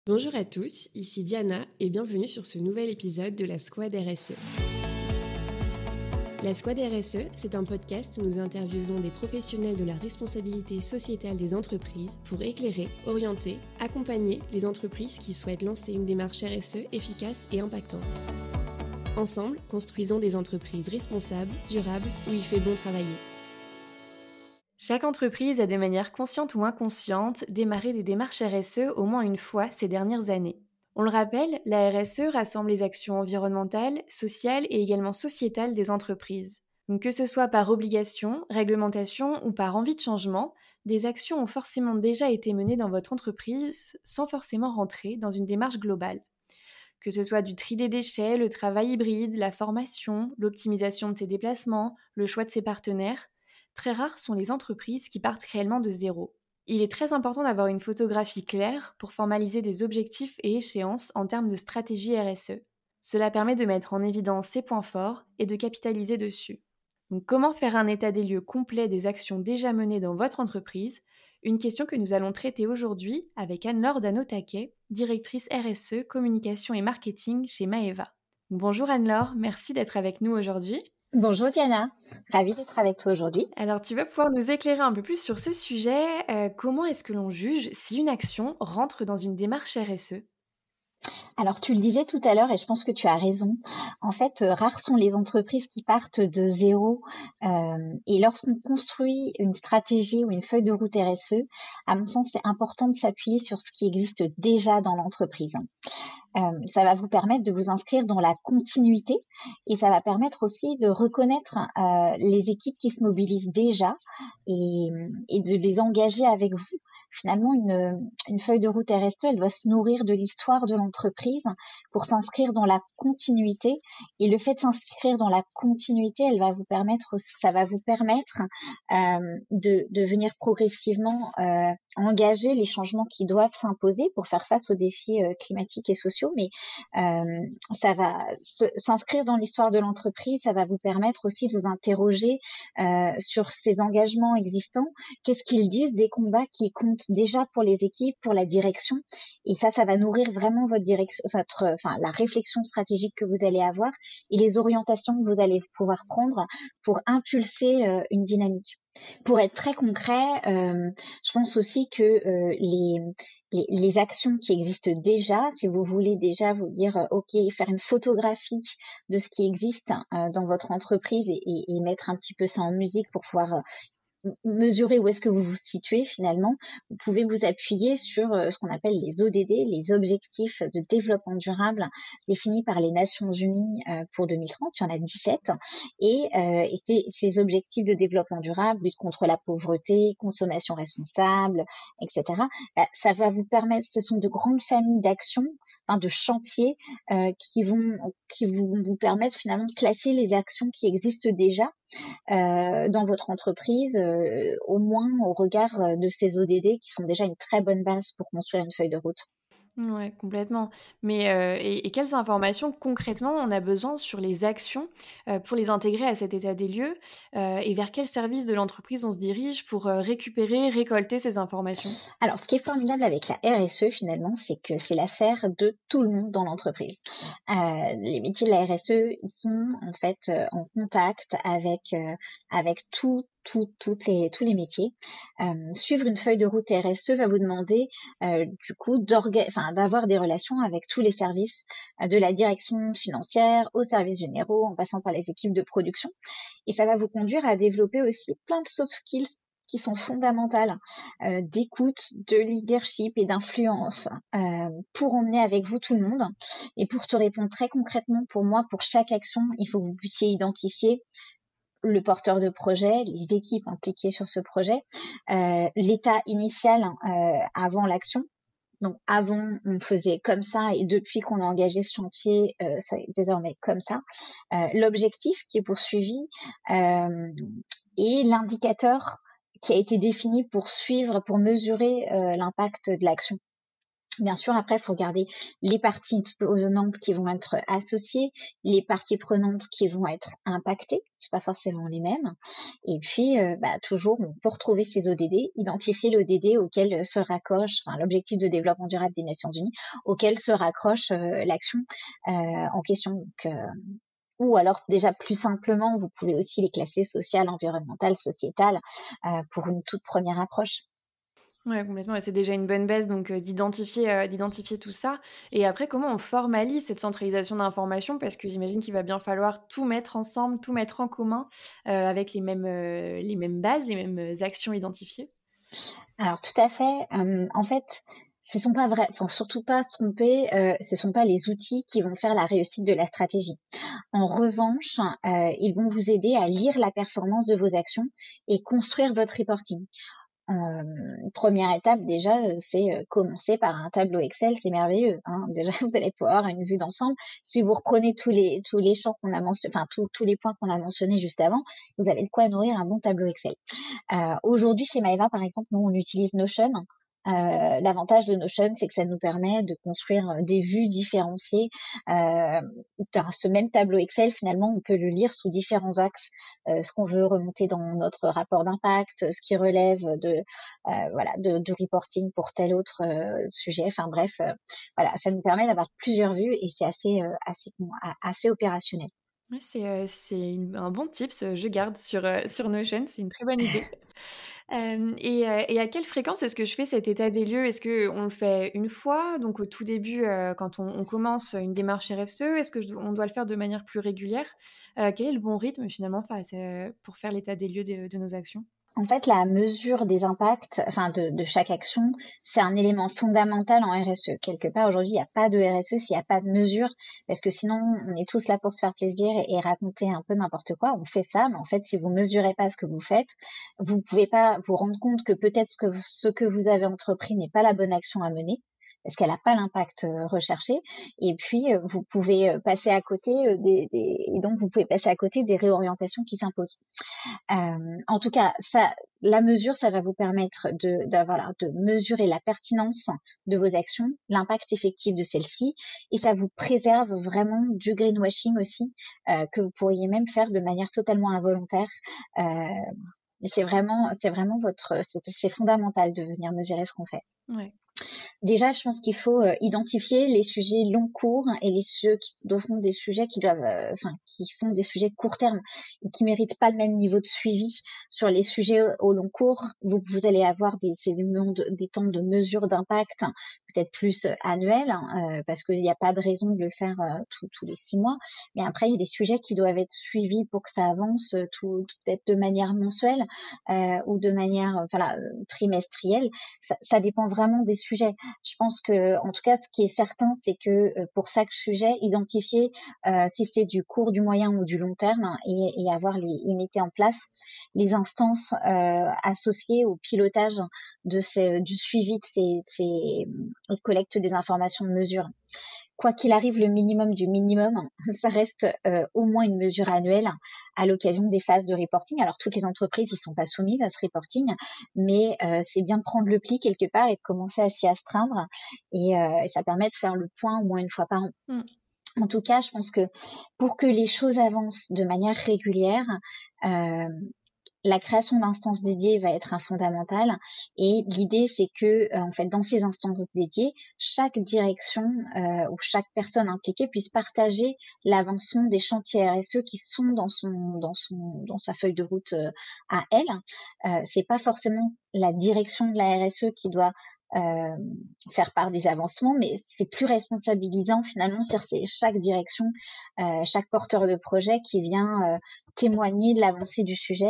Bonjour à tous, ici Diana et bienvenue sur ce nouvel épisode de la Squad RSE. La Squad RSE, c'est un podcast où nous interviewons des professionnels de la responsabilité sociétale des entreprises pour éclairer, orienter, accompagner les entreprises qui souhaitent lancer une démarche RSE efficace et impactante. Ensemble, construisons des entreprises responsables, durables, où il fait bon travailler. Chaque entreprise a de manière consciente ou inconsciente démarré des démarches RSE au moins une fois ces dernières années. On le rappelle, la RSE rassemble les actions environnementales, sociales et également sociétales des entreprises. Donc que ce soit par obligation, réglementation ou par envie de changement, des actions ont forcément déjà été menées dans votre entreprise sans forcément rentrer dans une démarche globale. Que ce soit du tri des déchets, le travail hybride, la formation, l'optimisation de ses déplacements, le choix de ses partenaires, très rares sont les entreprises qui partent réellement de zéro. Il est très important d'avoir une photographie claire pour formaliser des objectifs et échéances en termes de stratégie RSE. Cela permet de mettre en évidence ses points forts et de capitaliser dessus. Donc, comment faire un état des lieux complet des actions déjà menées dans votre entreprise? Une question que nous allons traiter aujourd'hui avec Anne-Laure Dano-Taquet, directrice RSE, communication et marketing chez Maeva. Bonjour Anne-Laure, merci d'être avec nous aujourd'hui. Bonjour Diana, ravie d'être avec toi aujourd'hui. Alors tu vas pouvoir nous éclairer un peu plus sur ce sujet. Comment est-ce que l'on juge si une action rentre dans une démarche RSE? Alors tu le disais tout à l'heure et je pense que tu as raison. En fait, rares sont les entreprises qui partent de zéro et lorsqu'on construit une stratégie ou une feuille de route RSE, à mon sens, c'est important de s'appuyer sur ce qui existe déjà dans l'entreprise. Ça va vous permettre de vous inscrire dans la continuité et ça va permettre aussi de reconnaître les équipes qui se mobilisent déjà et de les engager avec vous. Finalement, une feuille de route RSE, elle doit se nourrir de l'histoire de l'entreprise pour s'inscrire dans la continuité. Et le fait de s'inscrire dans la continuité, ça va vous permettre de venir progressivement engager les changements qui doivent s'imposer pour faire face aux défis climatiques et sociaux. Mais ça va s'inscrire dans l'histoire de l'entreprise, ça va vous permettre aussi de vous interroger sur ces engagements existants. Qu'est-ce qu'ils disent des combats qui comptent déjà pour les équipes, pour la direction? Et ça va nourrir vraiment votre direction, la réflexion stratégique que vous allez avoir et les orientations que vous allez pouvoir prendre pour impulser une dynamique. Pour être très concret, je pense aussi que les actions qui existent déjà, si vous voulez déjà vous dire, OK, faire une photographie de ce qui existe dans votre entreprise et mettre un petit peu ça en musique pour pouvoir mesurer où est-ce que vous vous situez finalement, vous pouvez vous appuyer sur ce qu'on appelle les ODD, les objectifs de développement durable définis par les Nations Unies pour 2030. Il y en a 17 et ces objectifs de développement durable, lutte contre la pauvreté, consommation responsable, etc. Ça va vous permettre, ce sont de grandes familles d'actions, de chantiers qui vont vous permettre finalement de classer les actions qui existent déjà dans votre entreprise, au moins au regard de ces ODD qui sont déjà une très bonne base pour construire une feuille de route. Ouais, complètement. Mais et quelles informations concrètement on a besoin sur les actions pour les intégrer à cet état des lieux et vers quel service de l'entreprise on se dirige pour récupérer, récolter ces informations? Alors, ce qui est formidable avec la RSE finalement, c'est que c'est l'affaire de tout le monde dans l'entreprise. Les métiers de la RSE, ils sont en fait en contact avec tous les métiers. Suivre une feuille de route RSE va vous demander du coup d'avoir des relations avec tous les services de la direction financière aux services généraux en passant par les équipes de production. Et ça va vous conduire à développer aussi plein de soft skills qui sont fondamentales d'écoute, de leadership et d'influence pour emmener avec vous tout le monde. Et pour te répondre très concrètement, pour moi, pour chaque action, il faut que vous puissiez identifier le porteur de projet, les équipes impliquées sur ce projet, l'état initial avant l'action. Donc avant, on faisait comme ça et depuis qu'on a engagé ce chantier, c'est désormais comme ça. L'objectif qui est poursuivi et l'indicateur qui a été défini pour suivre, pour mesurer l'impact de l'action. Bien sûr, après, il faut regarder les parties prenantes qui vont être associées, les parties prenantes qui vont être impactées, c'est pas forcément les mêmes. Et puis, toujours, pour trouver ces ODD, identifier l'ODD auquel se raccroche, enfin, l'objectif de développement durable des Nations Unies, auquel se raccroche l'action en question. Ou alors déjà plus simplement, vous pouvez aussi les classer sociales, environnementales, sociétales, pour une toute première approche. Ouais, complètement, ouais, c'est déjà une bonne base donc d'identifier tout ça et après comment on formalise cette centralisation d'informations? Parce que j'imagine qu'il va bien falloir tout mettre ensemble, tout mettre en commun, avec les mêmes bases, les mêmes, actions identifiées? Alors tout à fait, en fait, ce sont pas vrai enfin surtout pas se tromper, ce sont pas les outils qui vont faire la réussite de la stratégie. En revanche, ils vont vous aider à lire la performance de vos actions et construire votre reporting. 1re étape déjà, c'est, commencer par un tableau Excel, c'est merveilleux, hein. Déjà, vous allez pouvoir avoir une vue d'ensemble. Si vous reprenez tous les champs qu'on a enfin tous les points qu'on a mentionnés juste avant, vous avez de quoi nourrir un bon tableau Excel. Aujourd'hui, chez Maeva, par exemple, nous, on utilise Notion. L'avantage de Notion, c'est que ça nous permet de construire des vues différenciées. Dans ce même tableau Excel, finalement, on peut le lire sous différents axes. Ce qu'on veut remonter dans notre rapport d'impact, ce qui relève du reporting pour tel autre sujet. Enfin bref, voilà, ça nous permet d'avoir plusieurs vues et c'est assez opérationnel. Ouais, un bon tips, je garde sur Notion, c'est une très bonne idée. Hem et à quelle fréquence est-ce que je fais cet état des lieux? Est-ce qu'on le fait une fois, donc au tout début, quand on commence une démarche RSE? Est-ce que on doit le faire de manière plus régulière? Quel est le bon rythme finalement pour faire l'état des lieux de nos actions? En fait, la mesure des impacts, enfin de chaque action, c'est un élément fondamental en RSE. Quelque part, aujourd'hui, il n'y a pas de RSE s'il n'y a pas de mesure, parce que sinon, on est tous là pour se faire plaisir et raconter un peu n'importe quoi. On fait ça, mais en fait, si vous mesurez pas ce que vous faites, vous pouvez pas vous rendre compte que peut-être ce que vous avez entrepris n'est pas la bonne action à mener, parce qu'elle n'a pas l'impact recherché. Et puis, vous pouvez passer à côté et donc vous pouvez passer à côté des réorientations qui s'imposent. En tout cas, la mesure, ça va vous permettre de mesurer la pertinence de vos actions, l'impact effectif de celles-ci, et ça vous préserve vraiment du greenwashing aussi, que vous pourriez même faire de manière totalement involontaire. Et c'est vraiment c'est fondamental de venir mesurer ce qu'on fait. Ouais. Déjà, je pense qu'il faut identifier les sujets long cours et ceux qui sont des sujets qui sont des sujets court terme et qui méritent pas le même niveau de suivi. Sur les sujets au long cours, vous allez avoir des temps de mesure d'impact peut-être plus annuels, parce qu'il n'y a pas de raison de le faire tous les 6 mois. Mais après, il y a des sujets qui doivent être suivis pour que ça avance peut-être de manière mensuelle ou de manière trimestrielle. Ça dépend vraiment des sujets. Je pense que, en tout cas, ce qui est certain, c'est que pour chaque sujet, identifier si c'est du court, du moyen ou du long terme et mettez en place les instances associées au pilotage du suivi de ces collecte des informations de mesure. Quoi qu'il arrive, le minimum du minimum, ça reste au moins une mesure annuelle à l'occasion des phases de reporting. Alors, toutes les entreprises ne sont pas soumises à ce reporting, mais c'est bien de prendre le pli quelque part et de commencer à s'y astreindre. Et ça permet de faire le point au moins une fois par an. Mmh. En tout cas, je pense que pour que les choses avancent de manière régulière, euh, la création d'instances dédiées va être un fondamental et l'idée c'est que en fait dans ces instances dédiées, chaque direction ou chaque personne impliquée puisse partager l'avancement des chantiers RSE qui sont dans sa feuille de route à elle. C'est pas forcément la direction de la RSE qui doit euh, faire part des avancements, mais c'est plus responsabilisant finalement sur chaque direction, chaque porteur de projet qui vient témoigner de l'avancée du sujet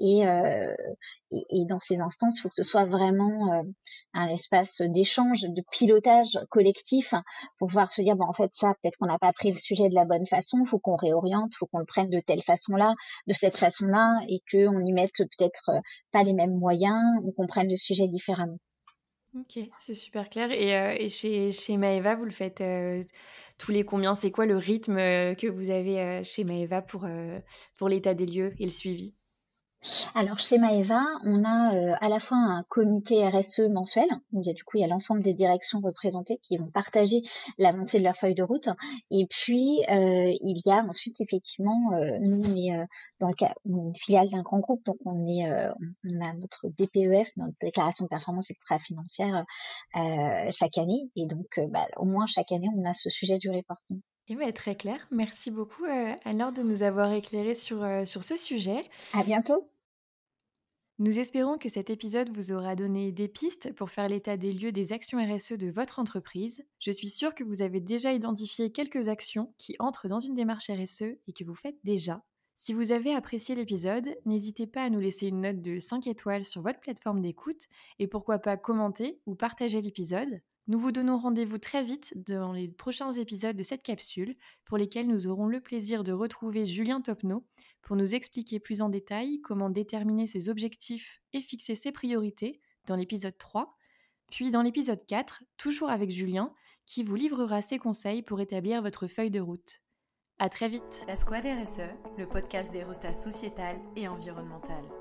et dans ces instances, il faut que ce soit vraiment un espace d'échange, de pilotage collectif pour pouvoir se dire, en fait, ça, peut-être qu'on n'a pas pris le sujet de la bonne façon, il faut qu'on réoriente, il faut qu'on le prenne de telle façon-là, de cette façon-là, et qu'on y mette peut-être pas les mêmes moyens, ou qu'on prenne le sujet différemment. OK, c'est super clair et chez Maeva, vous le faites, tous les combien? C'est quoi le rythme, que vous avez, chez Maeva pour l'état des lieux et le suivi? Alors chez Maeva, on a, à la fois un comité RSE mensuel, où il y a l'ensemble des directions représentées qui vont partager l'avancée de leur feuille de route et puis, il y a ensuite effectivement, nous on est, dans le cas une filiale d'un grand groupe, donc on a notre DPEF, notre déclaration de performance extra-financière, chaque année et donc, au moins chaque année on a ce sujet du reporting. Et bien, très clair. Merci beaucoup, Anne-Laure, de nous avoir éclairé sur ce sujet. À bientôt. Nous espérons que cet épisode vous aura donné des pistes pour faire l'état des lieux des actions RSE de votre entreprise. Je suis sûre que vous avez déjà identifié quelques actions qui entrent dans une démarche RSE et que vous faites déjà. Si vous avez apprécié l'épisode, n'hésitez pas à nous laisser une note de 5 étoiles sur votre plateforme d'écoute et pourquoi pas commenter ou partager l'épisode. Nous vous donnons rendez-vous très vite dans les prochains épisodes de cette capsule pour lesquels nous aurons le plaisir de retrouver Julien Topneau pour nous expliquer plus en détail comment déterminer ses objectifs et fixer ses priorités dans l'épisode 3, puis dans l'épisode 4, toujours avec Julien, qui vous livrera ses conseils pour établir votre feuille de route. À très vite. La Squad RSE, le podcast des restats sociétal et environnemental.